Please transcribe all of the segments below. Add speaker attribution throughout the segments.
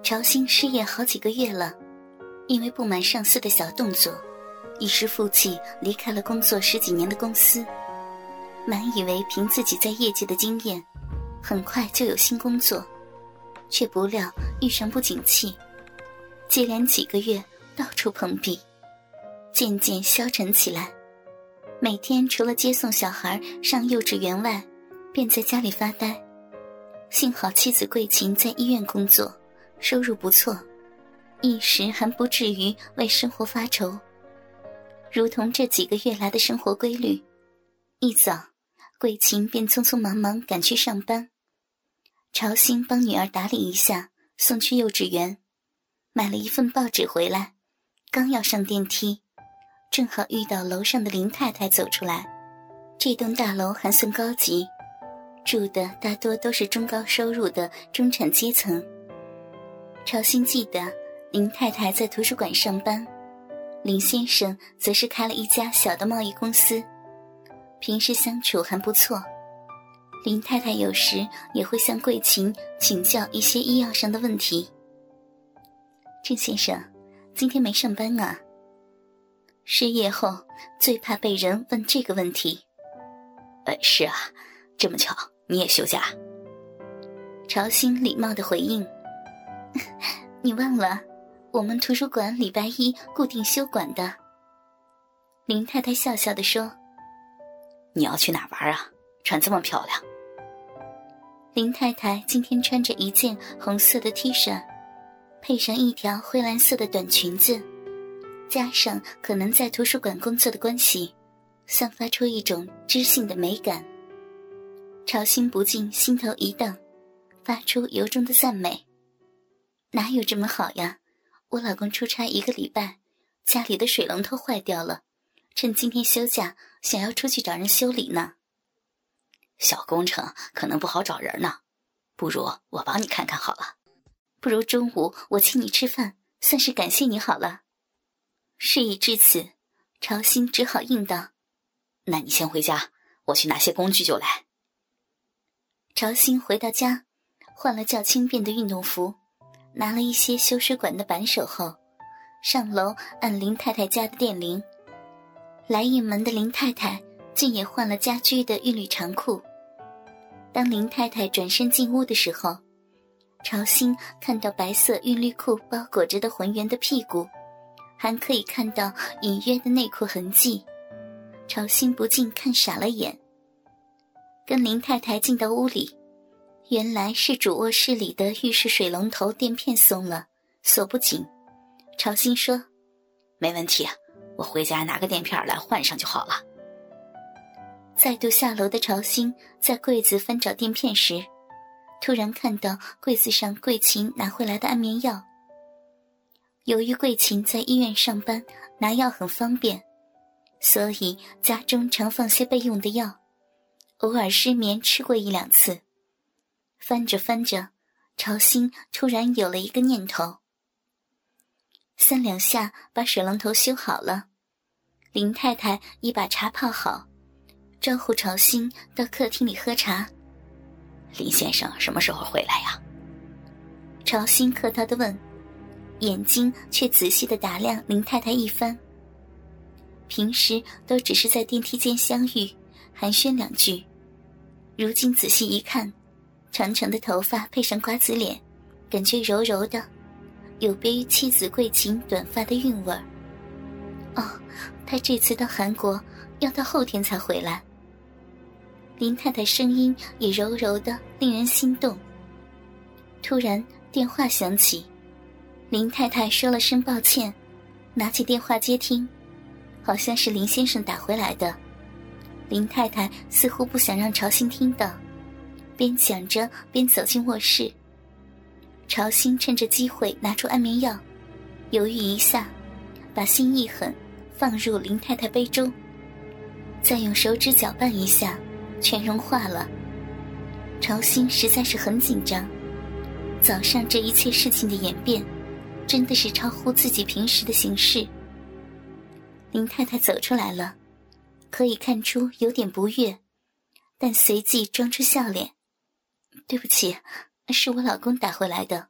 Speaker 1: 朝兴失业好几个月了，因为不满上司的小动作，一时负气离开了工作10几年的公司，满以为凭自己在业界的经验很快就有新工作，却不料遇上不景气，接连几个月到处碰壁，渐渐消沉起来。每天除了接送小孩上幼稚园外，便在家里发呆。幸好妻子桂琴在医院工作，收入不错，一时还不至于为生活发愁。如同这几个月来的生活规律，一早桂琴便匆匆忙忙赶去上班，朝兴帮女儿打理一下，送去幼稚园，买了一份报纸回来，刚要上电梯，正好遇到楼上的林太太走出来。这栋大楼还算高级，住的大多都是中高收入的中产阶层。朝兴记得林太太在图书馆上班，林先生则是开了一家小的贸易公司，平时相处还不错。林太太有时也会向桂琴请教一些医药上的问题。郑先生，今天没上班啊？失业后最怕被人问这个问题。
Speaker 2: 是啊，这么巧你也休假？
Speaker 1: 朝兴礼貌地回应。你忘了，我们图书馆礼拜一固定休馆的。林太太笑笑地说。
Speaker 2: 你要去哪玩啊？穿这么漂亮。
Speaker 1: 林太太今天穿着一件红色的 T 恤，配上一条灰蓝色的短裙子，加上可能在图书馆工作的关系，散发出一种知性的美感。朝兴不禁心头一荡，发出由衷的赞美。哪有这么好呀，我老公出差1个礼拜，家里的水龙头坏掉了，趁今天休假想要出去找人修理呢。
Speaker 2: 小工程可能不好找人呢，不如我帮你看看好了。
Speaker 1: 不如中午我请你吃饭，算是感谢你好了。事已至此，朝兴只好应道。
Speaker 2: 那你先回家，我去拿些工具就来。
Speaker 1: 朝兴回到家，换了较轻便的运动服，拿了一些修水管的扳手后，上楼按林太太家的电铃。来应门的林太太竟也换了家居的韵律长裤。当林太太转身进屋的时候，朝兴看到白色韵律裤包裹着的浑圆的屁股，还可以看到隐约的内裤痕迹，朝兴不禁看傻了眼。跟林太太进到屋里，原来是主卧室里的浴室水龙头垫片松了，锁不紧。朝兴说，
Speaker 2: 没问题，我回家拿个垫片来换上就好了。
Speaker 1: 再度下楼的朝兴在柜子翻找垫片时，突然看到柜子上桂琴拿回来的安眠药。由于桂琴在医院上班，拿药很方便，所以家中常放些备用的药，偶尔失眠吃过1、2次。翻着翻着，朝兴突然有了一个念头。3、2下把水龙头修好了，林太太已把茶泡好，招呼朝兴到客厅里喝茶。
Speaker 2: 林先生什么时候回来呀？
Speaker 1: 朝兴客套地问，眼睛却仔细地打量林太太一番。平时都只是在电梯间相遇，寒暄2句，如今仔细一看，长长的头发配上瓜子脸，感觉柔柔的，有别于妻子桂琴短发的韵味儿。他这次到韩国要到后天才回来。林太太声音也柔柔的，令人心动。突然电话响起，林太太说了声抱歉，拿起电话接听，好像是林先生打回来的。林太太似乎不想让朝兴听到，边讲着边走进卧室。朝兴趁着机会拿出安眠药，犹豫一下，把心一狠，放入林太太杯中，再用手指搅拌一下，全融化了。朝兴实在是很紧张，早上这一切事情的演变真的是超乎自己平时的行事。林太太走出来了，可以看出有点不悦，但随即装出笑脸。对不起，是我老公打回来的，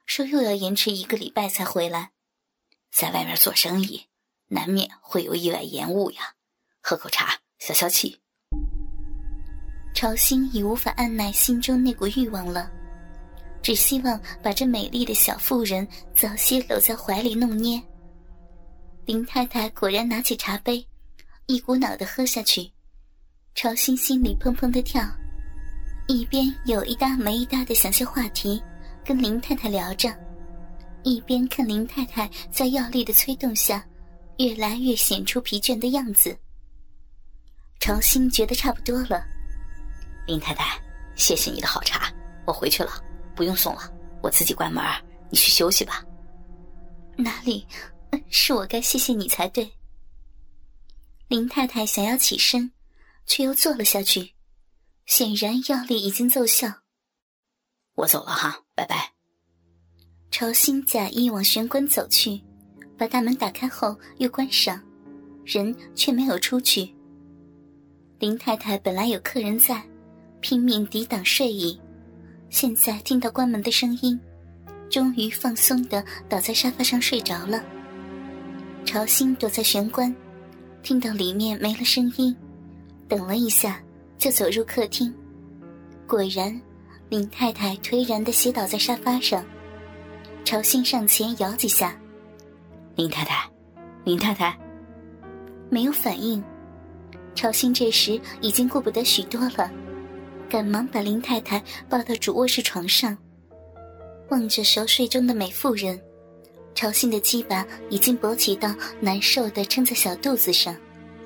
Speaker 1: 说又要延迟1个礼拜才回来。
Speaker 2: 在外面做生意，难免会有意外延误呀，喝口茶消消气。
Speaker 1: 朝欣已无法按耐心中那股欲望了，只希望把这美丽的小妇人早些搂在怀里弄捏。林太太果然拿起茶杯，一股脑地喝下去。朝欣心里砰砰地跳，一边有一搭没一搭的想些话题跟林太太聊着，一边看林太太在药力的催动下越来越显出疲倦的样子。朝欣觉得差不多了。
Speaker 2: 林太太，谢谢你的好茶，我回去了，不用送了，我自己关门，你去休息吧。
Speaker 1: 哪里，是我该谢谢你才对。林太太想要起身，却又坐了下去，显然药力已经奏效。
Speaker 2: 我走了哈，拜拜。
Speaker 1: 朝欣假意往玄关走去，把大门打开后又关上，人却没有出去。林太太本来有客人在，拼命抵挡睡意，现在听到关门的声音，终于放松地倒在沙发上睡着了。朝欣躲在玄关，听到里面没了声音，等了一下就走入客厅，果然林太太颓然地斜倒在沙发上。朝欣上前摇几下，
Speaker 2: 林太太，林太太，
Speaker 1: 没有反应。朝欣这时已经顾不得许多了，赶忙把林太太抱到主卧室床上，望着熟睡中的美妇人，朝欣的鸡巴已经勃起到难受地撑在小肚子上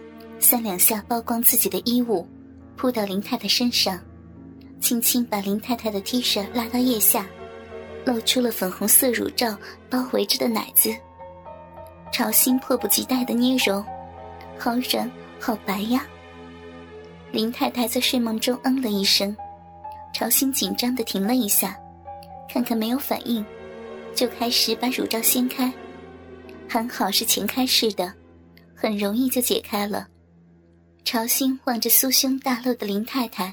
Speaker 1: ，3两下剥光自己的衣物，扑到林太太身上，轻轻把林太太的 T 恤拉到腋下，露出了粉红色乳罩包围着的奶子。朝欣迫不及待地捏揉，好软好白呀。林太太在睡梦中嗯了一声，朝欣紧张地停了一下，看看没有反应，就开始把乳罩掀开，还好是前开式的，很容易就解开了。朝欣望着酥胸大露的林太太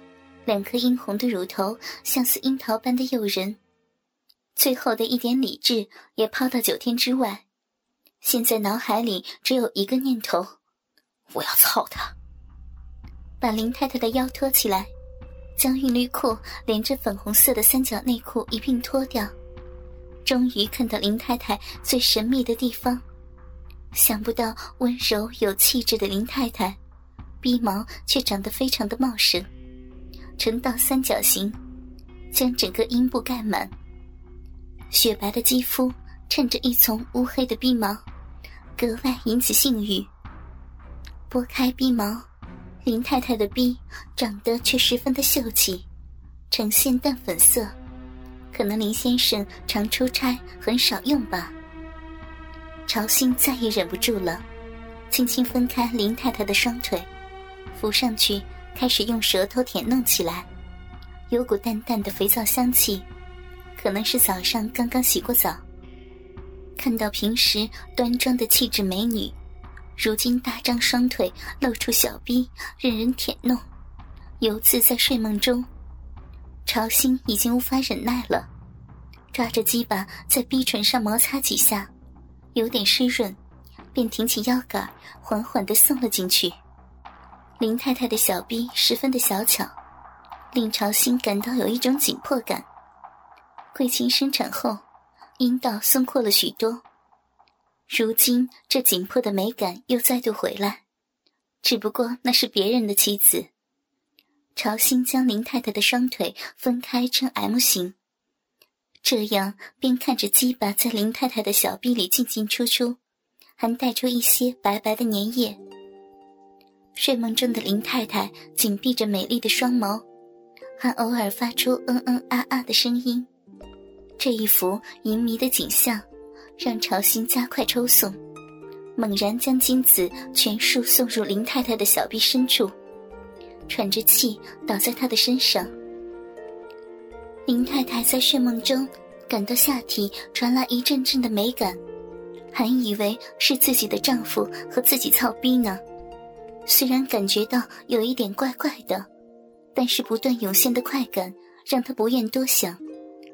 Speaker 1: ，2颗殷红的乳头像似樱桃般的诱人，最后的一点理智也抛到9天之外，现在脑海里只有一个念头，
Speaker 2: 我要操他。
Speaker 1: 把林太太的腰托起来，将韵律裤连着粉红色的3角内裤一并脱掉，终于看到林太太最神秘的地方。想不到温柔有气质的林太太，逼毛却长得非常的茂盛，呈到3角形，将整个阴部盖满。雪白的肌肤衬着一丛乌黑的逼毛，格外引起性欲。拨开逼毛，林太太的逼长得却十分的秀气，呈现淡粉色，可能林先生常出差很少用吧。朝欣再也忍不住了，轻轻分开林太太的双腿，扶上去开始用舌头舔弄起来，有股淡淡的肥皂香气，可能是早上刚刚洗过澡。看到平时端庄的气质美女，如今大张双腿露出小逼任人舔弄，犹自在睡梦中。朝欣已经无法忍耐了，抓着鸡巴在逼唇上摩擦几下，有点湿润，便挺起腰杆缓缓地送了进去。林太太的小逼十分的小巧，令朝欣感到有一种紧迫感。桂琴生产后，阴道松阔了许多，如今这紧迫的美感又再度回来，只不过那是别人的妻子。朝欣将林太太的双腿分开成 M 型，这样便看着鸡巴在林太太的小臂里进进出出，还带出一些白白的粘液。睡梦中的林太太紧闭着美丽的双眸，还偶尔发出嗯嗯啊啊的声音。这一幅淫迷的景象让朝欣加快抽送，猛然将精子全数送入林太太的小臂深处，喘着气倒在她的身上。林太太在睡梦中感到下体传来一阵阵的美感，还以为是自己的丈夫和自己操逼呢。虽然感觉到有一点怪怪的，但是不断涌现的快感让她不愿多想，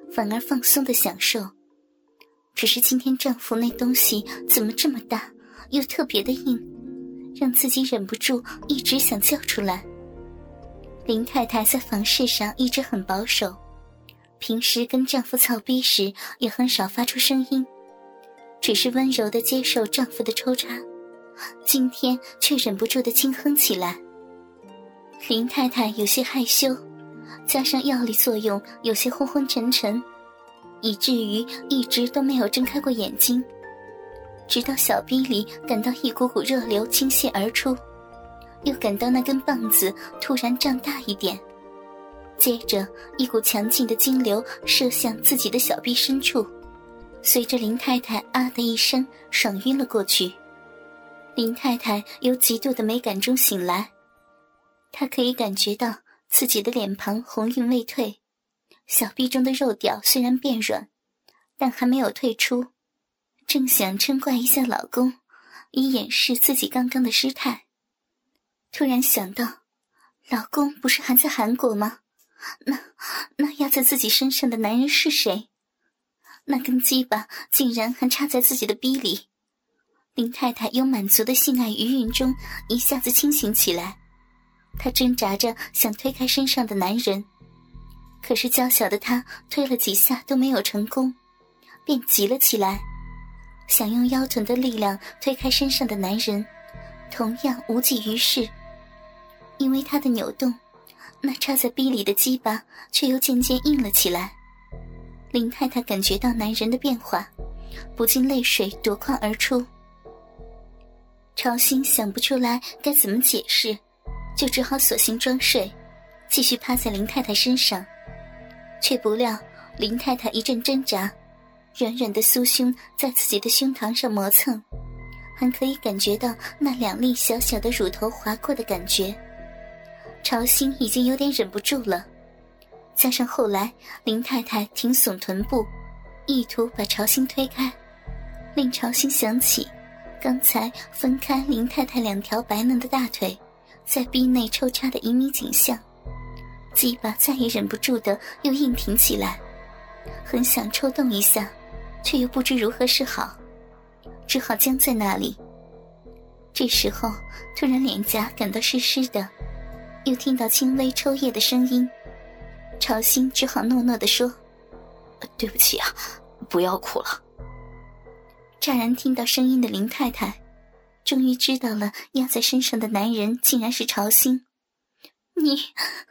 Speaker 1: 反而放松的享受。只是今天丈夫那东西怎么这么大，又特别的硬，让自己忍不住一直想叫出来。林太太在房事上一直很保守，平时跟丈夫操逼时也很少发出声音，只是温柔地接受丈夫的抽插，今天却忍不住地轻哼起来。林太太有些害羞，加上药力作用有些昏昏沉沉，以至于一直都没有睁开过眼睛，直到小逼里感到一股股热流倾泻而出，又感到那根棒子突然胀大一点，接着一股强劲的精流射向自己的小臂深处，随着林太太啊的一声爽晕了过去。林太太由极度的美感中醒来，她可以感觉到自己的脸庞红晕未退，小臂中的肉屌虽然变软，但还没有退出，正想嗔怪一下老公，以掩饰自己刚刚的失态。突然想到，老公不是还在韩国吗？那压在自己身上的男人是谁？那根鸡巴竟然还插在自己的逼里。林太太由满足的性爱余韵中一下子清醒起来，她挣扎着想推开身上的男人，可是娇小的她推了几下都没有成功，便急了起来，想用腰臀的力量推开身上的男人，同样无济于事。因为她的扭动，那插在逼里的鸡巴却又渐渐硬了起来。林太太感觉到男人的变化，不禁泪水夺眶而出。朝欣想不出来该怎么解释，就只好索性装睡，继续趴在林太太身上。却不料林太太一阵挣扎，软软的酥胸在自己的胸膛上磨蹭，还可以感觉到那两粒小小的乳头划过的感觉。朝欣已经有点忍不住了，加上后来林太太挺耸臀部，意图把朝欣推开，令朝欣想起刚才分开林太太两条白嫩的大腿在逼内抽插的旖旎景象，鸡巴再也忍不住的又硬挺起来，很想抽动一下，却又不知如何是好，只好僵在那里。这时候突然脸颊感到湿湿的，又听到轻微抽噎的声音，朝欣只好诺诺地说：“
Speaker 2: 对不起啊，不要哭了。”
Speaker 1: 乍然听到声音的林太太终于知道了压在身上的男人竟然是朝欣。你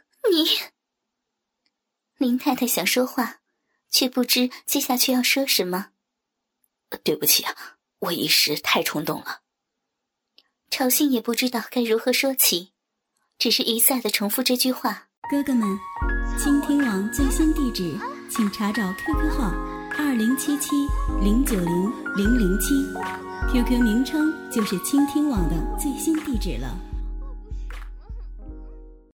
Speaker 1: 林太太想说话，却不知接下去要说什么。
Speaker 2: 对不起啊，我一时太冲动了。
Speaker 1: 朝欣也不知道该如何说起，只是一再地重复这句话。
Speaker 3: 哥哥们，倾听网最新地址请查找 QQ 号2077090007，QQ 名称就是倾听网的最新地址了。